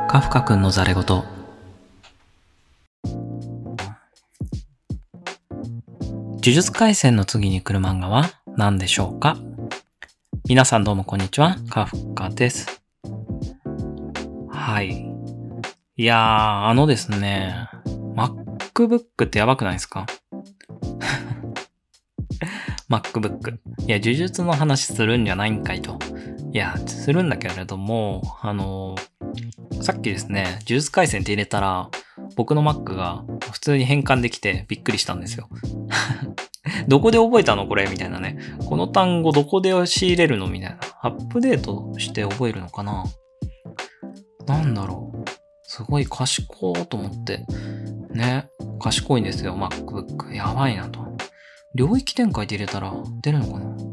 カフカくんのざれ言。呪術廻戦の次に来る漫画は何でしょうか？皆さんどうもこんにちは、カフカです。はい。いやー、ですね、MacBook ってやばくないですか？MacBook。いや、呪術の話するんじゃないんかいと。いや、するんだけれども、さっきですね、呪術廻戦って入れたら、僕の Mac が普通に変換できてびっくりしたんですよ。どこで覚えたのこれみたいなね。この単語どこで仕入れるのみたいな。アップデートして覚えるのかな？なんだろう。すごい賢いと思って。ね。賢いんですよ、MacBook。やばいなと。領域展開って入れたら出るのかな？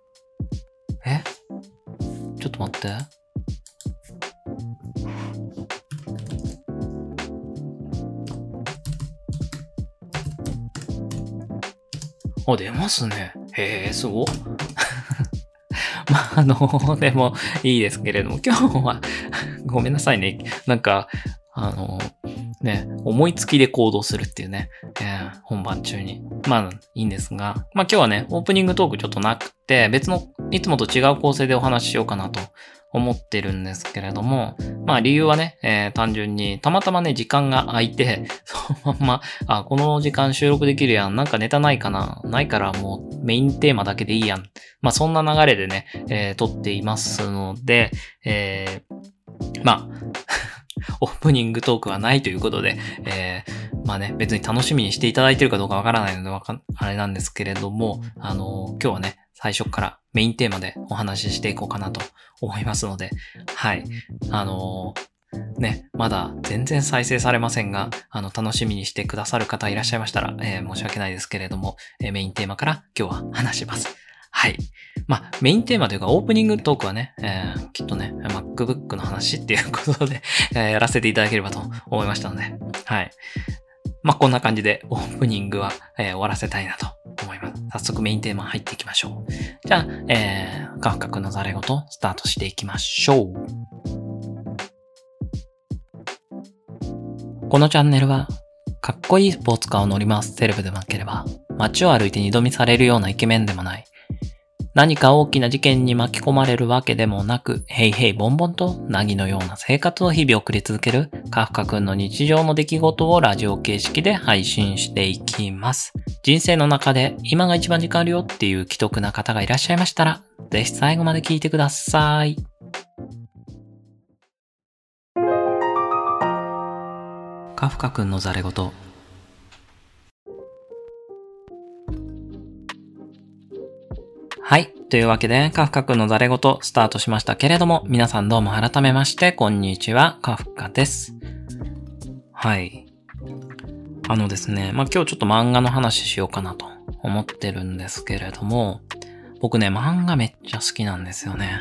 ちょっと待って。あ、出ますね。へえ、すご。でもいいですけれども、今日はごめんなさいね。なんか、思いつきで行動するっていうね、本番中に。まあ、いいんですが、まあ今日はね、オープニングトークちょっとなくて、別の、いつもと違う構成でお話ししようかなと思ってるんですけれども、まあ理由はね、単純に、たまたまね、時間が空いて、そのまま、この時間収録できるやん、なんかネタないかな、ないからもうメインテーマだけでいいやん。まあそんな流れでね、撮っていますので、まあ、オープニングトークはないということで、まあね、別に楽しみにしていただいてるかどうかわからないのであれなんですけれども、今日はね、最初からメインテーマでお話ししていこうかなと思いますので、はい。まだ全然再生されませんが、楽しみにしてくださる方いらっしゃいましたら、申し訳ないですけれども、メインテーマから今日は話します。はい。まあ、メインテーマというかオープニングトークはね、きっとね、MacBook の話っていうことで、やらせていただければと思いましたので、はい。まあ、こんな感じでオープニングは、終わらせたいなと思います。早速メインテーマ入っていきましょう。じゃあ、カフカくんのざれ言スタートしていきましょう。このチャンネルは、かっこいいスポーツカーを乗り回すセレブでもなければ、街を歩いて二度見されるようなイケメンでもない、何か大きな事件に巻き込まれるわけでもなく、ヘイヘイボンボンと凪のような生活を日々送り続けるカフカくんの日常の出来事をラジオ形式で配信していきます。人生の中で今が一番時間あるよっていう既得な方がいらっしゃいましたら、ぜひ最後まで聞いてください。カフカくんのざれ言。はい。というわけで、カフカくんのざれ言スタートしましたけれども、皆さんどうも改めまして、こんにちは、カフカです。はい。ですね、まあ、今日ちょっと漫画の話しようかなと思ってるんですけれども、僕ね、漫画めっちゃ好きなんですよね。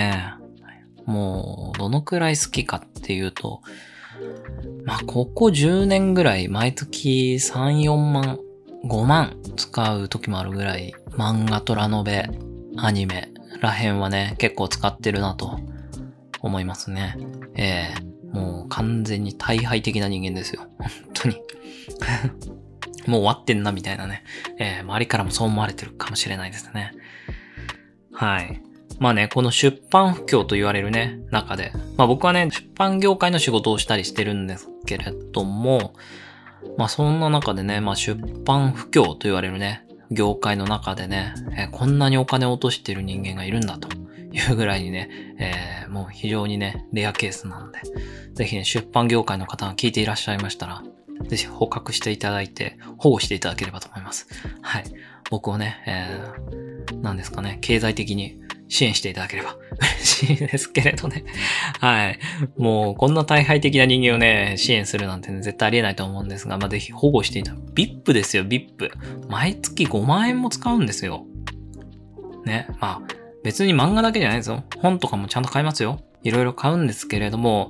もう、どのくらい好きかっていうと、まあ、ここ10年ぐらい、毎月3、4万、5万使う時もあるぐらい、漫画とラノベ、アニメらへんはね、結構使ってるなと思いますね。もう完全に大敗的な人間ですよ。本当に。もう終わってんなみたいなね。周りからもそう思われてるかもしれないですね。はい。まあね、この出版不況と言われるね、中で。まあ僕はね、出版業界の仕事をしたりしてるんですけれども、まあそんな中でね、まあ出版不況と言われるね、業界の中でね、こんなにお金を落としている人間がいるんだというぐらいにね、もう非常にね、レアケースなので、ぜひね、出版業界の方が聞いていらっしゃいましたら、ぜひ捕獲していただいて、保護していただければと思います。はい。僕をね、なんですかね、経済的に支援していただければ嬉しいですけれどね。はい。もう、こんな大敗的な人間をね、支援するなんてね、絶対ありえないと思うんですが、まあ、ぜひ保護していただく。VIP ですよ、VIP。毎月5万円も使うんですよ。ね。まあ、別に漫画だけじゃないですよ。本とかもちゃんと買いますよ。いろいろ買うんですけれども、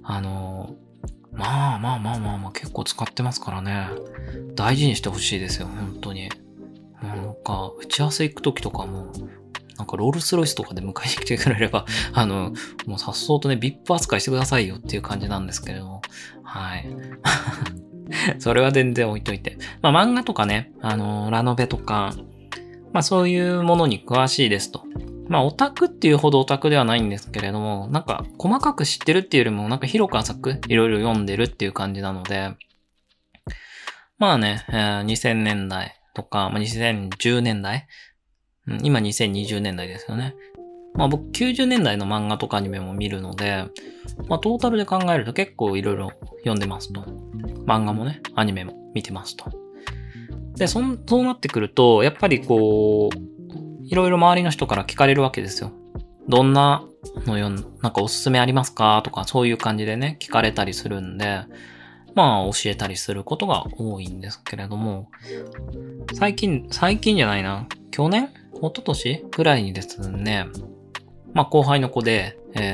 まあ、結構使ってますからね。大事にしてほしいですよ、本当に。なんか、打ち合わせ行くときとかも、 なんかロールスロイスとかで迎えに来てくれれば、もうさっそうとね、VIP 扱いしてくださいよっていう感じなんですけれども。はい。それは全然置いといて。まあ漫画とかね、ラノベとか、まあそういうものに詳しいですと。まあオタクっていうほどオタクではないんですけれども、なんか細かく知ってるっていうよりもなんか広く浅くいろいろ読んでるっていう感じなので、まあね、2000年代とか、まあ、2010年代、今2020年代ですよね。まあ僕90年代の漫画とかアニメも見るので、まあトータルで考えると結構いろいろ読んでますと。漫画もね、アニメも見てますと。で、そうなってくると、やっぱりこう、いろいろ周りの人から聞かれるわけですよ。どんなのなんかおすすめありますかとかそういう感じでね、聞かれたりするんで、まあ教えたりすることが多いんですけれども、最近じゃないな、去年一昨年ぐらいにですね、まあ後輩の子で、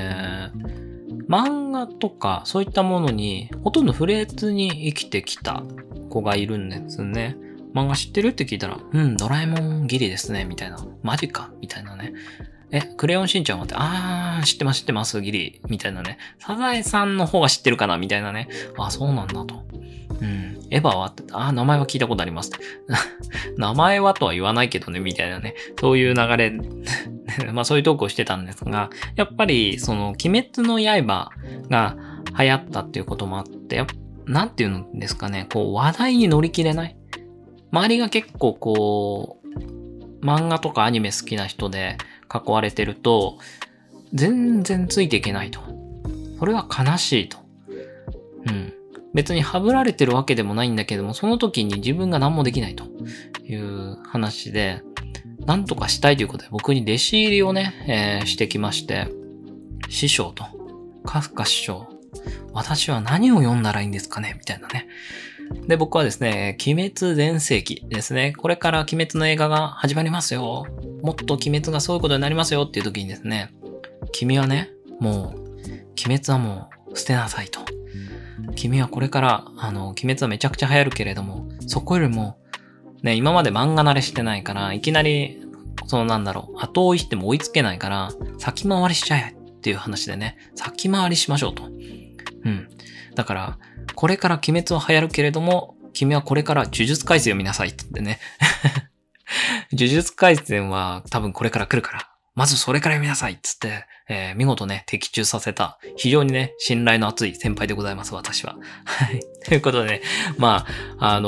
漫画とかそういったものにほとんど触れずに生きてきた子がいるんですね。漫画知ってるって聞いたら、ドラえもんギリですね、みたいな。マジかみたいなね。クレヨンしんちゃんはって、知ってます、ギリ。みたいなね。サザエさんの方が知ってるかなみたいなね。そうなんだと。エヴァはって、名前は聞いたことあります。名前はとは言わないけどね、みたいなね。そういう流れ、まあそういうトークをしてたんですが、やっぱり、その、鬼滅の刃が流行ったっていうこともあって、なんていうんですかね、こう、話題に乗り切れない。周りが結構こう、漫画とかアニメ好きな人で囲われてると、全然ついていけないと。それは悲しいと。別にハブられてるわけでもないんだけども、その時に自分が何もできないという話で、なんとかしたいということで僕に弟子入りをね、してきまして、師匠と、カフカ師匠、私は何を読んだらいいんですかねみたいなね。で、僕はですね、鬼滅全盛期ですね。これから鬼滅の映画が始まりますよ。もっと鬼滅がそういうことになりますよっていう時にですね、君はね、もう、鬼滅はもう捨てなさいと。君はこれから、鬼滅はめちゃくちゃ流行るけれども、そこよりも、ね、今まで漫画慣れしてないから、いきなり、後追いしても追いつけないから、先回りしちゃえっていう話でね、先回りしましょうと。だから、これから鬼滅は流行るけれども、君はこれから呪術廻戦を見なさいって言ってね。呪術廻戦は多分これから来るから、まずそれから読みなさいっつって、見事ね、的中させた、非常にね、信頼の厚い先輩でございます、私は。はい。ということでね、まあ、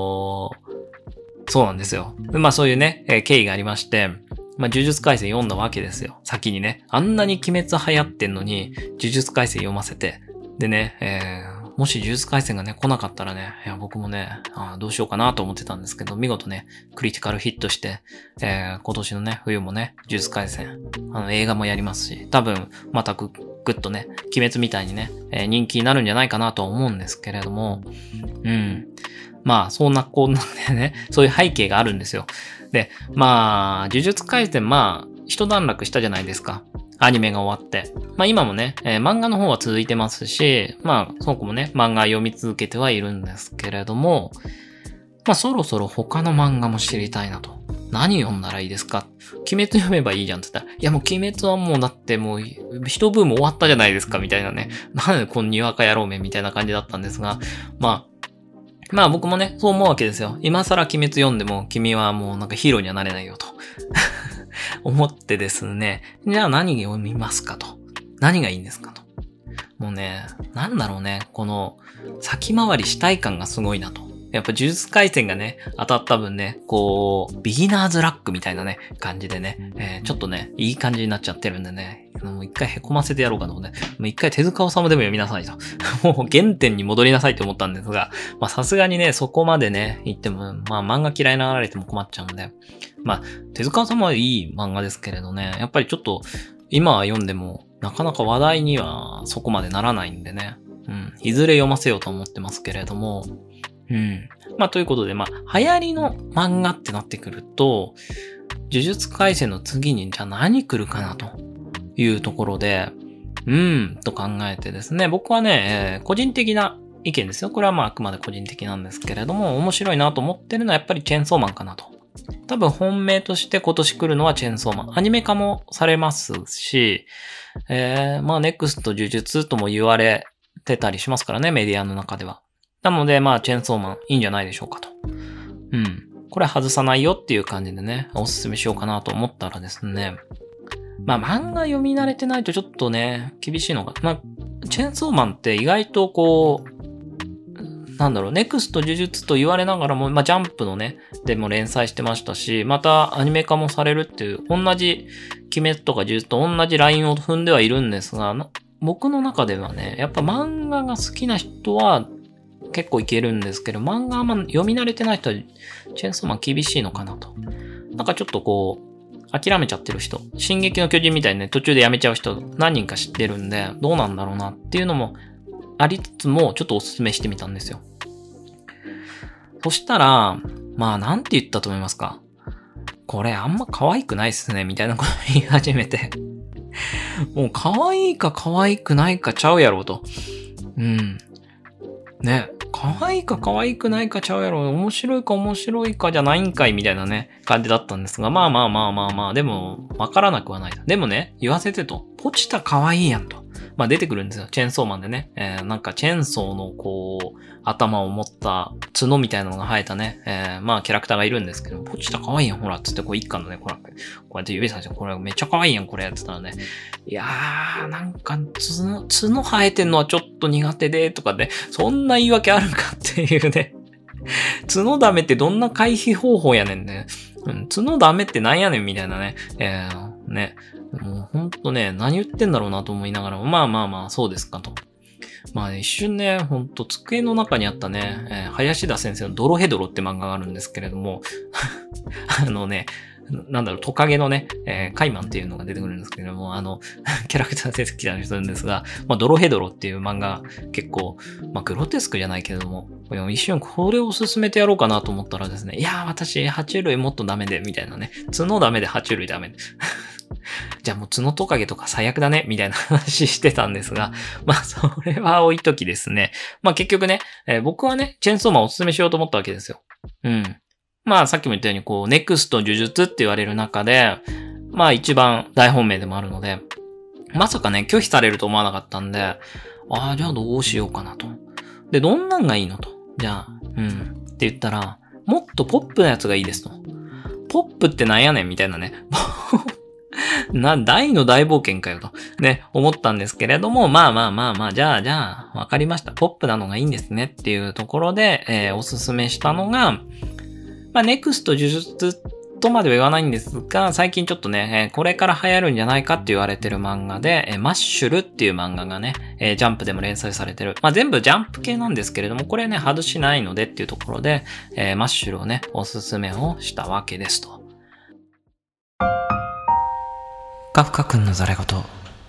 そうなんですよ。まあそういうね、経緯がありまして、まあ呪術廻戦読んだわけですよ。先にね。あんなに鬼滅流行ってんのに、呪術廻戦読ませて、でね、もし呪術廻戦がね、来なかったらね、僕もね、どうしようかなと思ってたんですけど、見事ね、クリティカルヒットして、今年のね、冬もね、呪術廻戦、映画もやりますし、多分、またぐっとね、鬼滅みたいにね、人気になるんじゃないかなとは思うんですけれども、まあ、そんなこんなでね、そういう背景があるんですよ。で、まあ、呪術廻戦、まあ、一段落したじゃないですか。アニメが終わって。まあ今もね、漫画の方は続いてますし、まあそこもね、漫画読み続けてはいるんですけれども、まあそろそろ他の漫画も知りたいなと。何読んだらいいですか？鬼滅読めばいいじゃんって言ったら、いやもう鬼滅はもうだってもう一ブーム終わったじゃないですかみたいなね。なんでこのにわか野郎めみたいな感じだったんですが、まあ僕もね、そう思うわけですよ。今更鬼滅読んでも君はもうなんかヒーローにはなれないよと。思ってですね、じゃあ何読みますかと。何がいいんですかと。もうね、なんだろうね、この先回りしたい感がすごいなと。やっぱ呪術廻戦がね、当たった分ね、こう、ビギナーズラックみたいなね、感じでね、ちょっとね、いい感じになっちゃってるんでね、もう一回凹ませてやろうかと思って、もう一回手塚治虫でも読みなさいと。もう原点に戻りなさいと思ったんですが、まあさすがにね、そこまでね、言っても、まあ漫画嫌いになられても困っちゃうんで、まあ、手塚治虫はいい漫画ですけれどね、やっぱりちょっと、今は読んでも、なかなか話題にはそこまでならないんでね、いずれ読ませようと思ってますけれども、まあ、ということで、まあ、流行りの漫画ってなってくると、呪術廻戦の次に、じゃあ何来るかなというところで、と考えてですね、僕はね、個人的な意見ですよ。これはまあ、あくまで個人的なんですけれども、面白いなと思ってるのはやっぱりチェーンソーマンかなと多分本命として今年来るのはチェーンソーマン。アニメ化もされますし、まあネクスト呪術とも言われてたりしますからね、メディアの中では。なのでまあチェーンソーマンいいんじゃないでしょうかと。うん。これ外さないよっていう感じでね、おすすめしようかなと思ったらですね。まあ漫画読み慣れてないとちょっとね、厳しいのが。まあ、チェーンソーマンって意外とこう、ネクスト呪術と言われながらも、まあジャンプのね、でも連載してましたし、またアニメ化もされるっていう、同じ鬼滅とか呪術と同じラインを踏んではいるんですが、僕の中ではね、やっぱ漫画が好きな人は結構いけるんですけど、漫画あんま読み慣れてない人は、チェーンソーマン厳しいのかなと。なんかちょっとこう、諦めちゃってる人、進撃の巨人みたいにね、途中でやめちゃう人何人か知ってるんで、どうなんだろうなっていうのもありつつも、ちょっとおすすめしてみたんですよ。そしたら、まあなんて言ったと思いますか？これあんま可愛くないっすね、みたいなこと言い始めて。もう可愛いか可愛くないかちゃうやろと。うん。ね。可愛いか可愛くないかちゃうやろ。面白いか面白いかじゃないんかいみたいなね、感じだったんですが、まあ、でも、わからなくはない。でもね、言わせてと、ポチタ可愛いやんと。まあ出てくるんですよ。チェーンソーマンでね。なんかチェーンソーのこう、頭を持った角みたいなのが生えたね、まあキャラクターがいるんですけど、ポチタ可愛いやん、ほら、つってこう一巻のね、こうやって指さして、これめっちゃ可愛いやん、これ、つったらね、いやー、なんか角生えてんのはちょっと苦手で、とかね、そんな言い訳あるかっていうね。角ダメってどんな回避方法やねんね。角ダメってなんやねんみたいなね。ね。もうほんとね、何言ってんだろうなと思いながらも、まあ、そうですかと。まあ一瞬ね、ほんと机の中にあったね、林田先生のドロヘドロって漫画があるんですけれども、トカゲのね、カイマンっていうのが出てくるんですけれども、キャラクター出てきたりするんですが、まあ、ドロヘドロっていう漫画、結構、まあ、グロテスクじゃないけれども、一瞬これを進めてやろうかなと思ったらですね、いやー、私、爬虫類もっとダメで、みたいなね、角ダメで爬虫類ダメで。じゃあもう角トカゲとか最悪だね、みたいな話してたんですが、まあ、それは置いときですね。まあ、結局ね、僕はね、チェーンソーマンをおすすめしようと思ったわけですよ。うん。まあさっきも言ったようにこう、ネクスト呪術って言われる中で、まあ一番大本命でもあるので、まさかね、拒否されると思わなかったんで、じゃあどうしようかなと。で、どんなんがいいのと。じゃあ、って言ったら、もっとポップなやつがいいですと。ポップってなんやねんみたいなね。大の大冒険かよと。ね、思ったんですけれども、まあ、じゃあ、わかりました。ポップなのがいいんですねっていうところで、おすすめしたのが、まあ、ネクスト呪術とまでは言わないんですが、最近ちょっとね、これから流行るんじゃないかって言われてる漫画で、マッシュルっていう漫画がね、ジャンプでも連載されてる。まあ、全部ジャンプ系なんですけれども、これね、外しないのでっていうところで、マッシュルをね、おすすめをしたわけですと。カフカくんのザレ言。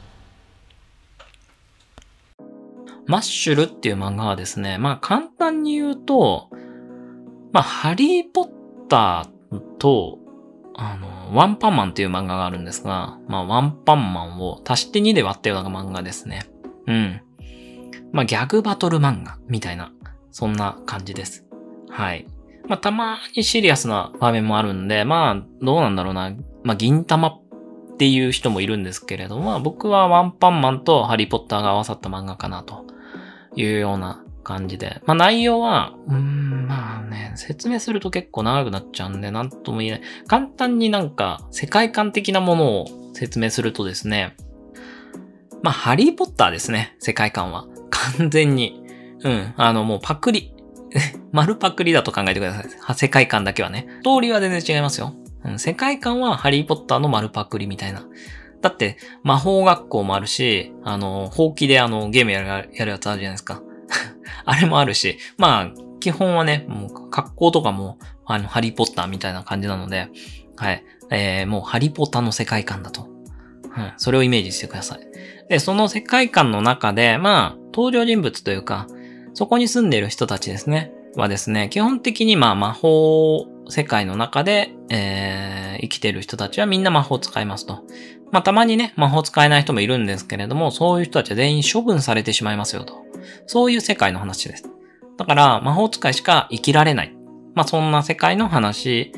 マッシュルっていう漫画はですね、まあ簡単に言うと、まあハリーポッターと、ワンパンマンっていう漫画があるんですが、まあワンパンマンを足して2で割ったような漫画ですね。うん。まあギャグバトル漫画みたいな、そんな感じです。はい。まあたまにシリアスな場面もあるんで、まあどうなんだろうな。まあ銀玉っていう人もいるんですけれども、僕はワンパンマンとハリーポッターが合わさった漫画かなというような感じで。まあ内容は、まあね、説明すると結構長くなっちゃうんで、なんとも言えない。簡単になんか世界観的なものを説明するとですね、まあハリーポッターですね、世界観は。完全に。もうパクリ。丸パクリだと考えてください。世界観だけはね。ストーリーは全然違いますよ。世界観はハリーポッターの丸パクリみたいな。だって、魔法学校もあるし、ほうきでゲームやるやつあるじゃないですか。あれもあるし、まあ、基本はね、もう格好とかも、ハリーポッターみたいな感じなので、はい。もうハリーポッターの世界観だと。それをイメージしてください。で、その世界観の中で、まあ、登場人物というか、そこに住んでいる人たちですね、はですね、基本的にまあ魔法世界の中で、生きている人たちはみんな魔法を使いますと。まあたまにね、魔法使えない人もいるんですけれども、そういう人たちは全員処分されてしまいますよと。そういう世界の話です。だから魔法使いしか生きられない。まあそんな世界の話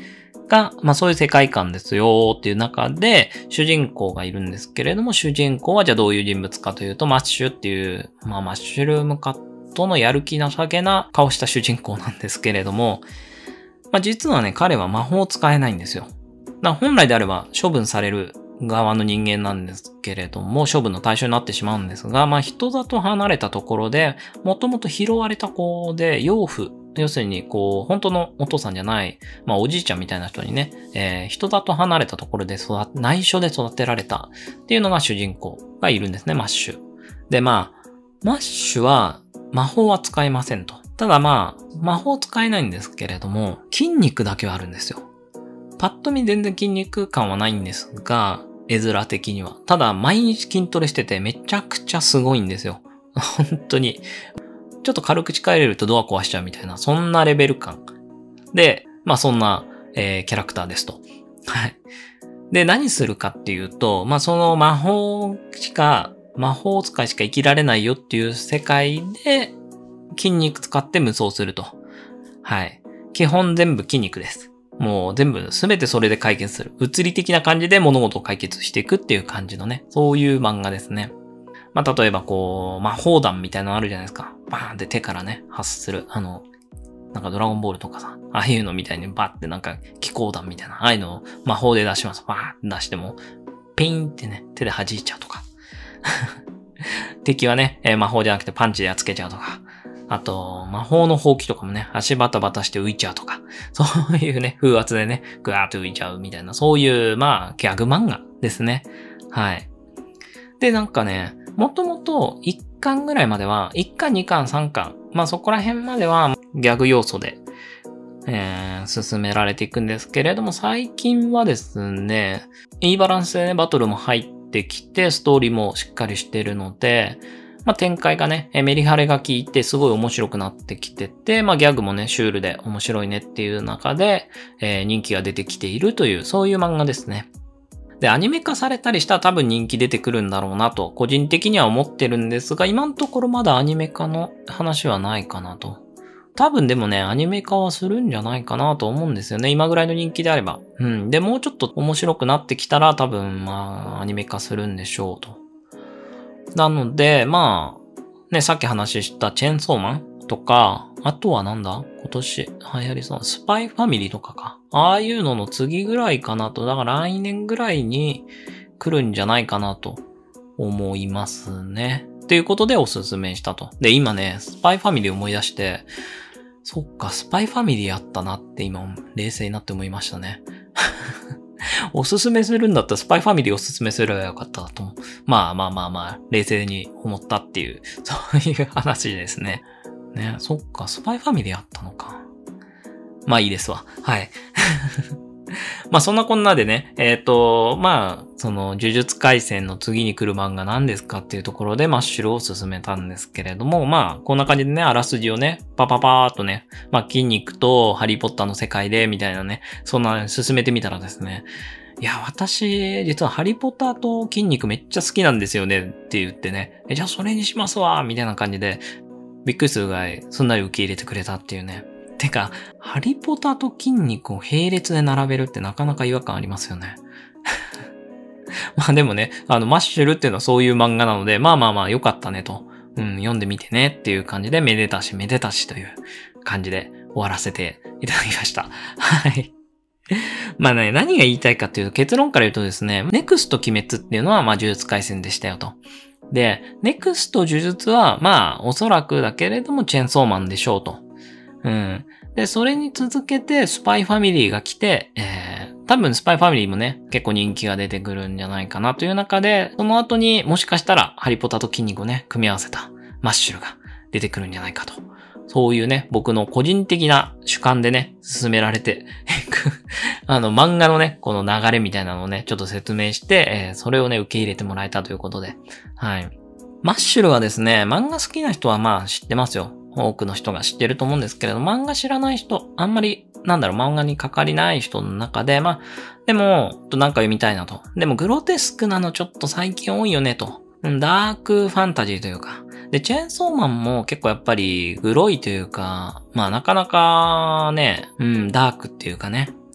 が、まあそういう世界観ですよっていう中で、主人公がいるんですけれども、主人公はじゃあどういう人物かというと、マッシュっていう、まあマッシュルームカットのやる気なさげな顔した主人公なんですけれども、まあ実はね、彼は魔法を使えないんですよ。本来であれば処分される側の人間なんですけれども、処分の対象になってしまうんですが、まあ人里離れたところで、もともと拾われた子で、養父、要するに本当のお父さんじゃない、まあおじいちゃんみたいな人にね、人里離れたところで内緒で育てられたっていうのが主人公がいるんですね、マッシュ。で、まあ、マッシュは魔法は使えませんと。ただまあ、魔法使えないんですけれども、筋肉だけはあるんですよ。パッと見全然筋肉感はないんですが、絵面的には。ただ、毎日筋トレしててめちゃくちゃすごいんですよ。本当に。ちょっと軽く近寄れるとドア壊しちゃうみたいな、そんなレベル感。で、まあそんな、キャラクターですと。はい。で、何するかっていうと、まあその魔法使いしか生きられないよっていう世界で、筋肉使って無双すると。はい。基本全部筋肉です。もう全部全てそれで解決する。物理的な感じで物事を解決していくっていう感じのね、そういう漫画ですね。まあ、例えば魔法弾みたいなのあるじゃないですか。バーンって手からね、発する。なんかドラゴンボールとかさ、ああいうのみたいにバッてなんか気功弾みたいな、ああいうのを魔法で出します。バーンって出しても、ペインってね、手で弾いちゃうとか。敵はね、魔法じゃなくてパンチでやっつけちゃうとか。あと、魔法のほうきとかもね、足バタバタして浮いちゃうとか。そういうね、風圧でね、ぐわーって浮いちゃうみたいな、そういう、まあ、ギャグ漫画ですね。はい。で、なんかね、もともと1巻ぐらいまでは、1巻、2巻、3巻、まあそこら辺まではギャグ要素で、進められていくんですけれども、最近はですね、いいバランスでね、バトルも入ってきて、ストーリーもしっかりしてるので、まあ展開がね、メリハリが効いてすごい面白くなってきてて、まあギャグもね、シュールで面白いねっていう中で、人気が出てきているという、そういう漫画ですね。で、アニメ化されたりしたら多分人気出てくるんだろうなと、個人的には思ってるんですが、今のところまだアニメ化の話はないかなと。多分でもね、アニメ化はするんじゃないかなと思うんですよね。今ぐらいの人気であれば。うん。で、もうちょっと面白くなってきたら多分、まあ、アニメ化するんでしょうと。なので、まあ、ね、さっき話したチェーンソーマンとか、あとはなんだ今年流行りそうなスパイファミリーとかか。ああいうのの次ぐらいかなと。だから来年ぐらいに来るんじゃないかなと思いますね。ということでおすすめしたと。で、今ね、スパイファミリー思い出して、そっか、スパイファミリーあったなって今、冷静になって思いましたね。おすすめするんだったらスパイファミリーおすすめすればよかったと。まあ、冷静に思ったっていう、そういう話ですね。ね、そっか、スパイファミリーあったのか。まあいいですわ。はい。まあそんなこんなでね、まあ、その呪術廻戦の次に来る漫画何ですかっていうところでマッシュルを進めたんですけれども、まあこんな感じでね、あらすじをね、パパーっとね、まあ筋肉とハリーポッターの世界でみたいなね、そんな進めてみたらですね、いや、私、実はハリーポッターと筋肉めっちゃ好きなんですよねって言ってね、じゃあそれにしますわみたいな感じで、びっくりするぐらいすんなり受け入れてくれたっていうね。てか、ハリポタと筋肉を並列で並べるってなかなか違和感ありますよね。まあでもね、マッシュルっていうのはそういう漫画なので、まあよかったねと。うん、読んでみてねっていう感じで、めでたしという感じで終わらせていただきました。はい。まあね、何が言いたいかっていうと、結論から言うとですね、ネクスト鬼滅っていうのは、まあ呪術廻戦でしたよと。で、ネクスト呪術は、まあ、おそらくだけれども、チェーンソーマンでしょうと。うん。で、それに続けて、スパイファミリーが来て、多分スパイファミリーもね、結構人気が出てくるんじゃないかなという中で、その後にもしかしたら、ハリポタと筋肉をね、組み合わせたマッシュルが出てくるんじゃないかと。そういうね、僕の個人的な主観でね、進められて漫画のね、この流れみたいなのをね、ちょっと説明して、それをね、受け入れてもらえたということで。はい。マッシュルはですね、漫画好きな人はまあ知ってますよ。多くの人が知ってると思うんですけれど、漫画知らない人、あんまり、漫画にかかりない人の中で、まあ、でも、なんか読みたいなと。でも、グロテスクなのちょっと最近多いよねと。ダークファンタジーというか。で、チェーンソーマンも結構やっぱり、グロいというか、まあ、なかなかね、ダークっていうかね。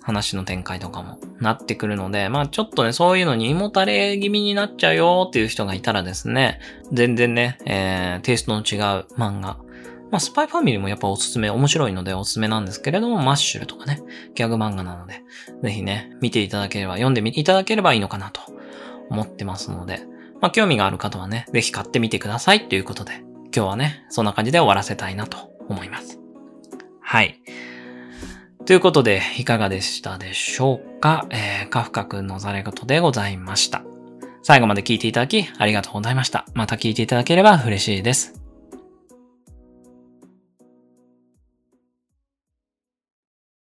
話の展開とかもなってくるので、まあちょっとね、そういうのに胃もたれ気味になっちゃうよっていう人がいたらですね、全然ね、テイストの違う漫画。まあスパイファミリーもやっぱおすすめ、面白いのでおすすめなんですけれども、マッシュルとかね、ギャグ漫画なので、ぜひね、見ていただければ、読んでみていただければいいのかなと思ってますので、まあ興味がある方はね、ぜひ買ってみてくださいということで、今日はね、そんな感じで終わらせたいなと思います。はい。ということで、いかがでしたでしょうか。カフカくんのざれ言でございました。最後まで聞いていただきありがとうございました。また聞いていただければ嬉しいです。